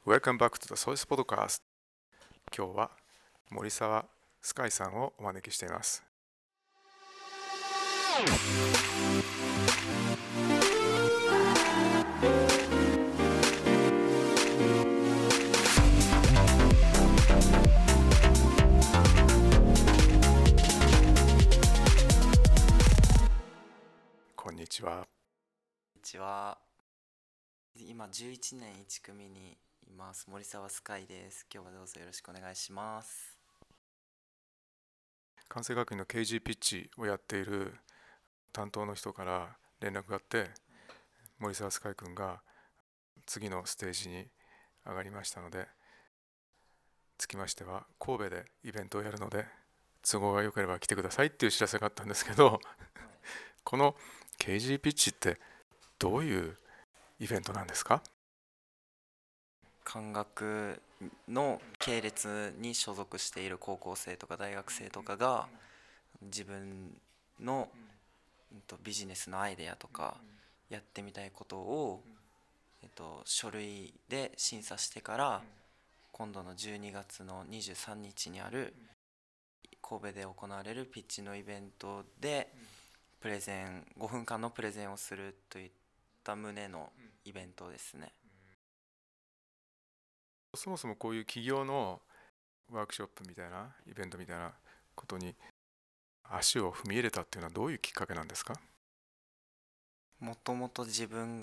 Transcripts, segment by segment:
Welcome back to the Source Podcast。今日は森沢スカイさんをお招きしています。こんにちは。 こんにちは。今11年1組にいます森沢スカイです。今日はどうぞよろしくお願いします。 関西学院の KG ピッチをやっている担当の人から連絡があって、森沢スカイ君が次のステージに上がりましたので、つきましては神戸でイベントをやるので都合が良ければ来てくださいっていう知らせがあったんですけど、この KG ピッチってどういうイベントなんですか？ 漢学の系列に所属している高校生とか大学生とかが自分のビジネスのアイデアとかやってみたいことを書類で審査してから今度の12月の23日にある神戸で行われるピッチのイベントでプレゼン5分間のプレゼンをするといった旨のイベントですね。 そもそもこういう企業のワークショップみたいなイベントみたいなことに足を踏み入れたっていうのはどういうきっかけなんですか？ もともと自分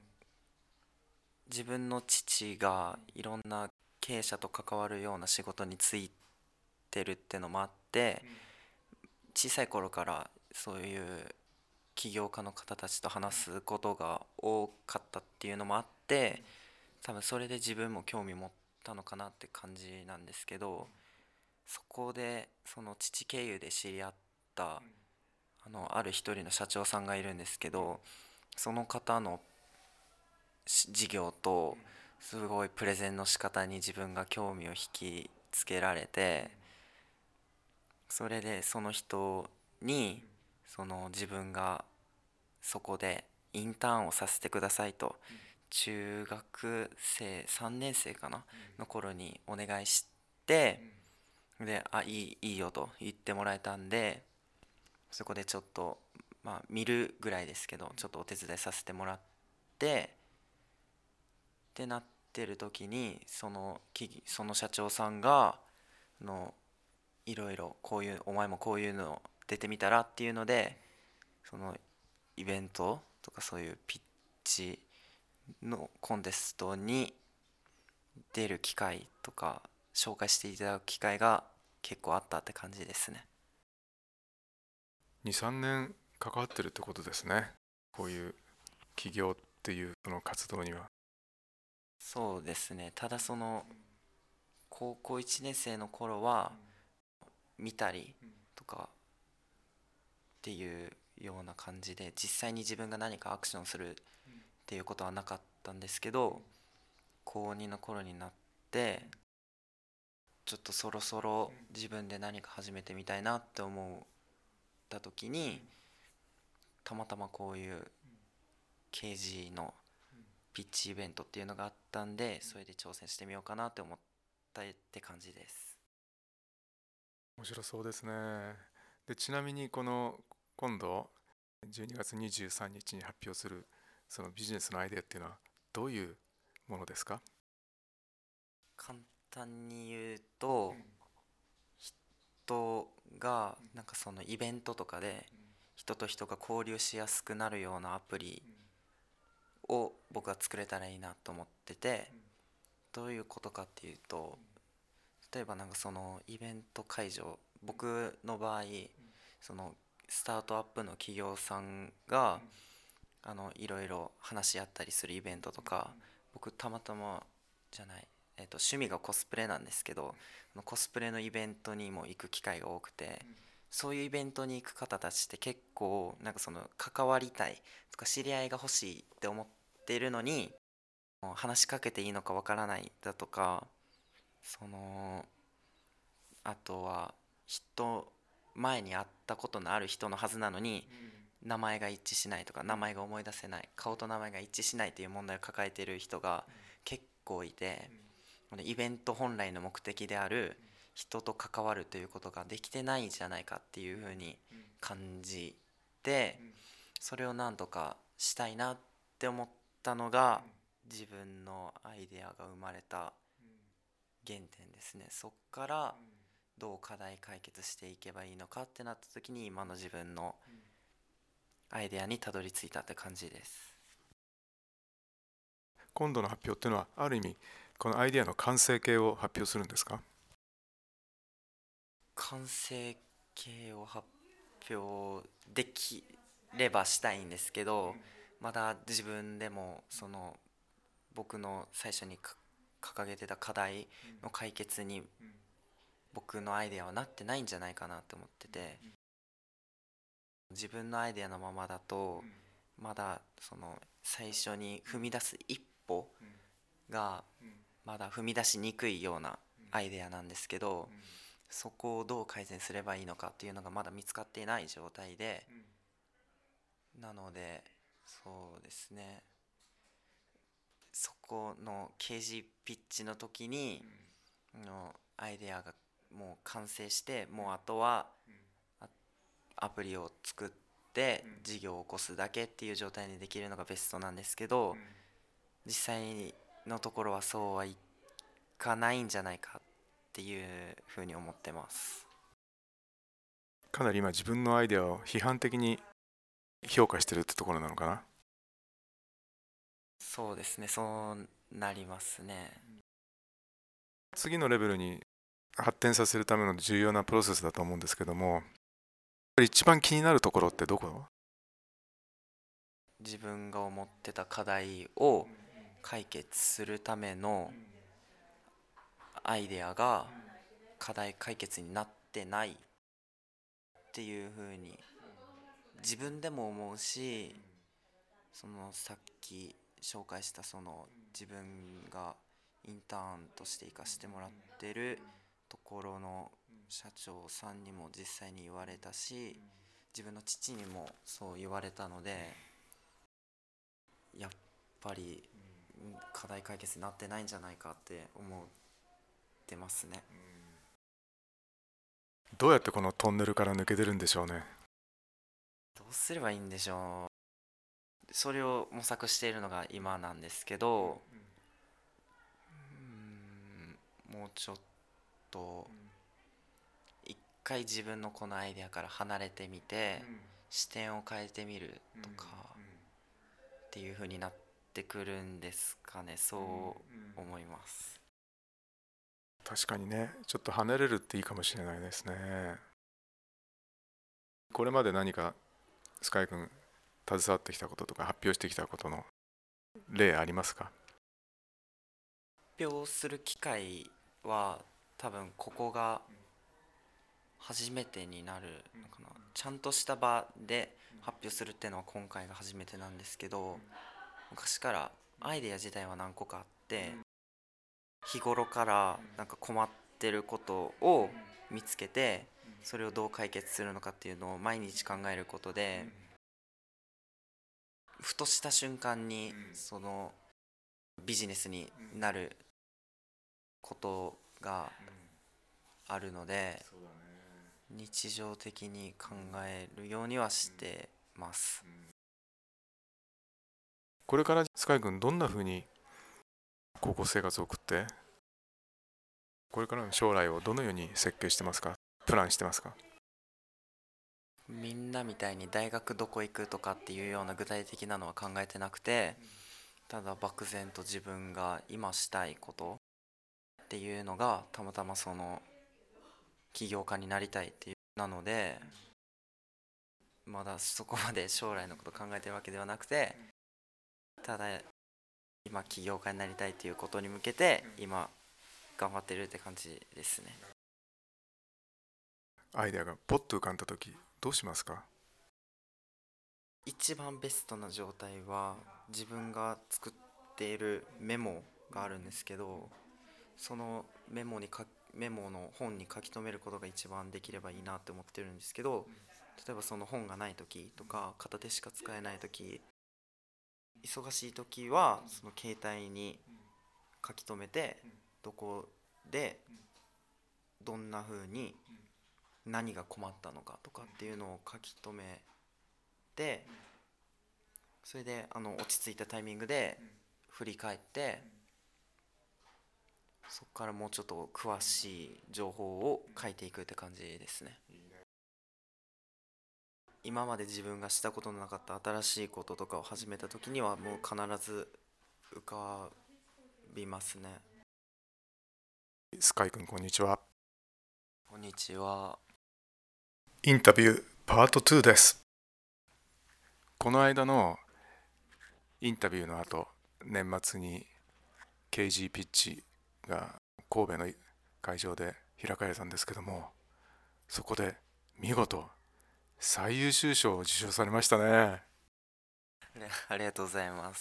の父がいろんな経営者と関わるような仕事についてるってのもあって小さい頃からそういう起業家の方たちと話すことが多かったっていうのもあって多分それで自分も興味持ったのかなって感じなんですけど、そこでその父経由で知り合ったある一人の社長さんがいるんですけど、その方の事業とすごいプレゼンの仕方に自分が興味を引きつけられて、それでその人に自分がそこでインターンをさせてくださいと中学生3年生かなの頃にお願いして、でいいよと言ってもらえたんで、そこでちょっと見るぐらいですけどちょっとお手伝いさせてもらってってなってる時にその社長さんがいろいろこういうお前もこういうの出てみたらっていうので、そのイベントとかそういうピッチのコンテストに出る機会とか紹介していただく機会が結構あったって感じですね。 2、3年関わってるってことですね。こういう起業っていうその活動には。 そうですね。ただ高校1年生の頃は見たりとかっていうような感じで実際に自分が何かアクションするっていうことはなかったんですけど、高2の頃になってちょっとそろそろ自分で何か始めてみたいなって思った時にたまたまこういう KG のピッチイベントっていうのがあったんで、それで挑戦してみようかなって思ったって感じです。 面白そうですね。で、ちなみに今度12月23日に発表するそのビジネスのアイデアっていうのはどういうものですか？ 簡単に言うと、人がなんかそのイベントとかで人と人が交流しやすくなるようなアプリを僕は作れたらいいなと思ってて、どういうことかっていうと、例えばなんかそのイベント会場、僕の場合そのスタートアップの企業さんがいろいろ話し合ったりするイベントとか、僕たまたまじゃない、趣味がコスプレなんですけど、コスプレのイベントにも行く機会が多くて、そういうイベントに行く方たちって結構なんかその関わりたいとか知り合いが欲しいって思っているのに話しかけていいのかわからないだとか、そのあとは前に会ったことのある人のはずなのに名前が一致しないとか名前が思い出せない、顔と名前が一致しないという問題を抱えている人が結構いて、 このイベント本来の目的である人と関わるということができてないんじゃないかっていうふうに感じて、それをなんとかしたいなって思ったのが自分のアイデアが生まれた原点ですね。そっからどう課題解決していけばいいのかってなった時に今の自分のアイデアにたどり着いたって感じです。 今度の発表っていうのはある意味このアイデアの完成形を発表するんですか？ 完成形を発表できればしたいんですけど、まだ自分でもその僕の最初に掲げてた課題の解決に僕のアイデアはなってないんじゃないかなと思ってて、自分のアイデアのままだとまだその最初に踏み出す一歩がまだ踏み出しにくいようなアイデアなんですけど、そこをどう改善すればいいのかっていうのがまだ見つかっていない状態で、なのでそうですね、そこの掲示ピッチの時にのアイデアがもう完成して、もうあとはアプリを作って事業を起こすだけっていう状態にできるのがベストなんですけど、実際のところはそうはいかないんじゃないかっていうふうに思ってます。 かなり今自分のアイデアを批判的に評価してるってところなのかな？ そうですね、そうなりますね。 次のレベルに発展させるための重要なプロセスだと思うんですけども、一番気になるところってどこ？ 自分が思ってた課題を解決するためのアイデアが課題解決になってないっていうふうに自分でも思うし、そのさっき紹介したその自分がインターンとして行かせてもらってるところの社長さんにも実際に言われたし、自分の父にもそう言われたので、やっぱり課題解決になってないんじゃないかって思ってますね。 どうやってこのトンネルから抜け出るんでしょうね。 どうすればいいんでしょう。それを模索しているのが今なんですけど、もうちょっと一回自分のこのアイデアから離れてみて、視点を変えてみるとかっていう風になってくるんですかね。そう思います。 確かにね、ちょっと離れるっていいかもしれないですね。これまで何かスカイ君携わってきたこととか発表してきたことの例ありますか？ 発表する機会は多分ここが初めてになるのかな。ちゃんとした場で発表するっていうのは今回が初めてなんですけど、昔からアイデア自体は何個かあって、日頃からなんか困ってることを見つけて、それをどう解決するのかっていうのを毎日考えることで、ふとした瞬間にそのビジネスになることがあるので、日常的に考えるようにはしてます。 これからスカイ君どんな風に高校生活を送って、これからの将来をどのように設計してますか？プランしてますか？ みんなみたいに大学どこ行くとかっていうような具体的なのは考えてなくて、ただ漠然と自分が今したいことっていうのがたまたまその起業家になりたいっていうなので、まだそこまで将来のこと考えてるわけではなくて、ただ今起業家になりたいっていうことに向けて今頑張ってるって感じですね。 アイデアがポッと浮かんだ時どうしますか？ 一番ベストな状態は自分が作っているメモがあるんですけど、そのメモの本に書き留めることが一番できればいいなって思ってるんですけど、例えばその本がない時とか片手しか使えない時、忙しい時はその携帯に書き留めてどこでどんな風に何が困ったのかとかっていうのを書き留めて、それで落ち着いたタイミングで振り返って、そこからもうちょっと詳しい情報を書いていくって感じですね。今まで自分がしたことのなかった新しいこととかを始めた時にはもう必ず浮かびますね。 スカイ君こんにちは。 こんにちは。 インタビューパート2です。この間のインタビューの後、年末に KG ピッチが神戸の会場で開かれたんですけども、そこで見事最優秀賞を受賞されましたね。 ありがとうございます。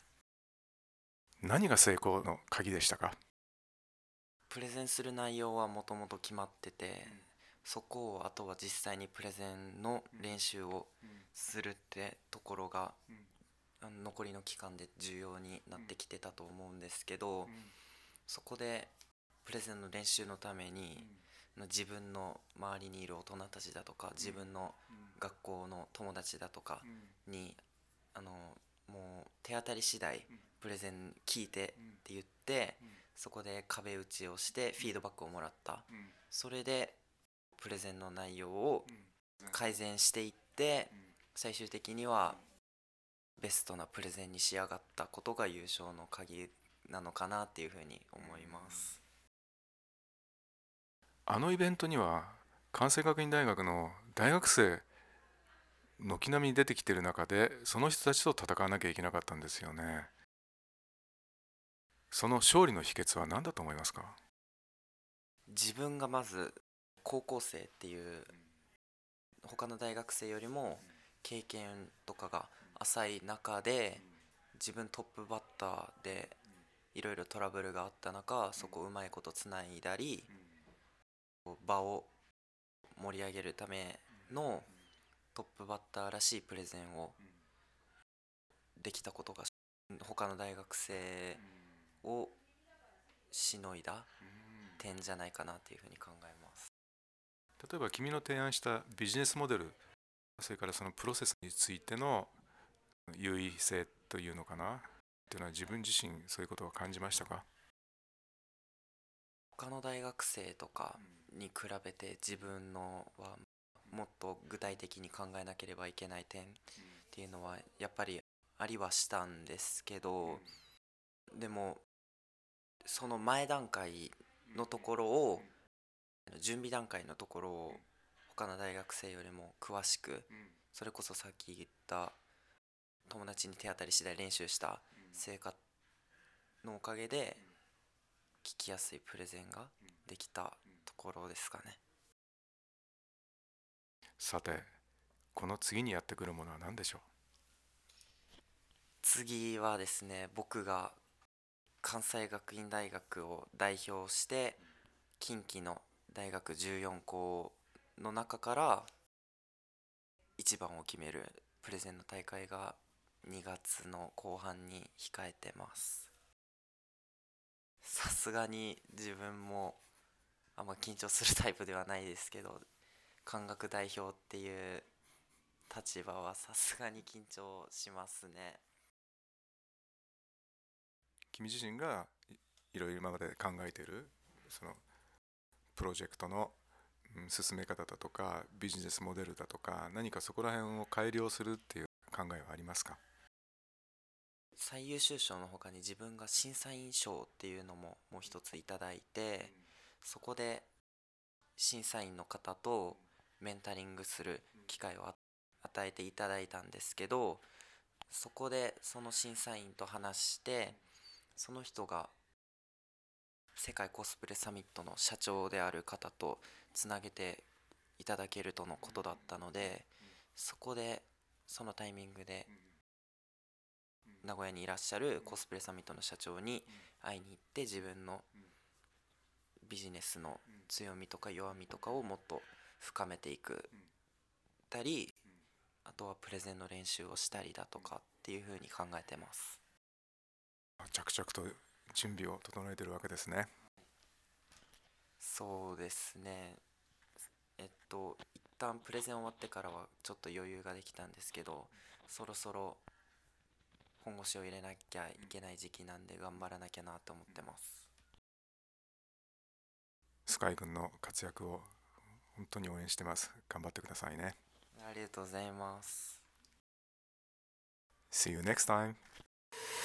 何が成功の鍵でしたか？ プレゼンする内容はもともと決まってて、そこをあとは実際にプレゼンの練習をするってところが残りの期間で重要になってきてたと思うんですけど、そこでプレゼンの練習のために自分の周りにいる大人たちだとか自分の学校の友達だとかにもう手当たり次第プレゼン聞いてって言って、そこで壁打ちをしてフィードバックをもらった。それでプレゼンの内容を改善していって、最終的にはベストなプレゼンに仕上がったことが優勝の鍵なのかなっていうふうに思います。 あのイベントには関西学院大学の大学生軒並み出てきている中で、その人たちと戦わなきゃいけなかったんですよね。その勝利の秘訣は何だと思いますか？ 自分がまず高校生っていう他の大学生よりも経験とかが浅い中で、自分トップバッターでいろいろトラブルがあった中、そこをうまいことつないだり場を盛り上げるためのトップバッターらしいプレゼンをできたことが他の大学生をしのいだ点じゃないかなというふうに考えます。 例えば君の提案したビジネスモデル、それからそのプロセスについての優位性というのかなっていうのは、自分自身そういうことは感じましたか？ 他の大学生とかに比べて自分のはもっと具体的に考えなければいけない点っていうのはやっぱりありはしたんですけど、でもその前段階のところを準備段階のところを他の大学生よりも詳しく、それこそさっき言った友達に手当たり次第練習した成果のおかげで聞きやすいプレゼンができたところですかね。 さて、この次にやってくるものは何でしょ次はですね、僕が関西学院大学を代表して近畿の大学14校の中から一番を決めるプレゼンの大会が2月の後半に控えてます。さすがに自分もあんま緊張するタイプではないですけど、関学代表っていう立場はさすがに緊張しますね。 君自身がいろいろ今まで考えているそのプロジェクトの進め方だとかビジネスモデルだとか、何かそこら辺を改良するっていう考えはありますか？ 最優秀賞の他に自分が審査員賞っていうのももう一ついただいて、そこで審査員の方とメンタリングする機会を与えていただいたんですけど、そこでその審査員と話して、その人が世界コスプレサミットの社長である方とつなげていただけるとのことだったので、そこでそのタイミングで名古屋にいらっしゃるコスプレサミットの社長に会いに行って、自分のビジネスの強みとか弱みとかをもっと深めていくたり、あとはプレゼンの練習をしたりだとかっていうふうに考えてます。 着々と準備を整えているわけですね。 そうですね。一旦プレゼン終わってからはちょっと余裕ができたんですけど、そろそろ本腰を入れなきゃいけない時期なんで頑張らなきゃなと思ってます。 スカイ君の活躍を本当に応援してます。頑張ってくださいね。 ありがとうございます。 See you next time!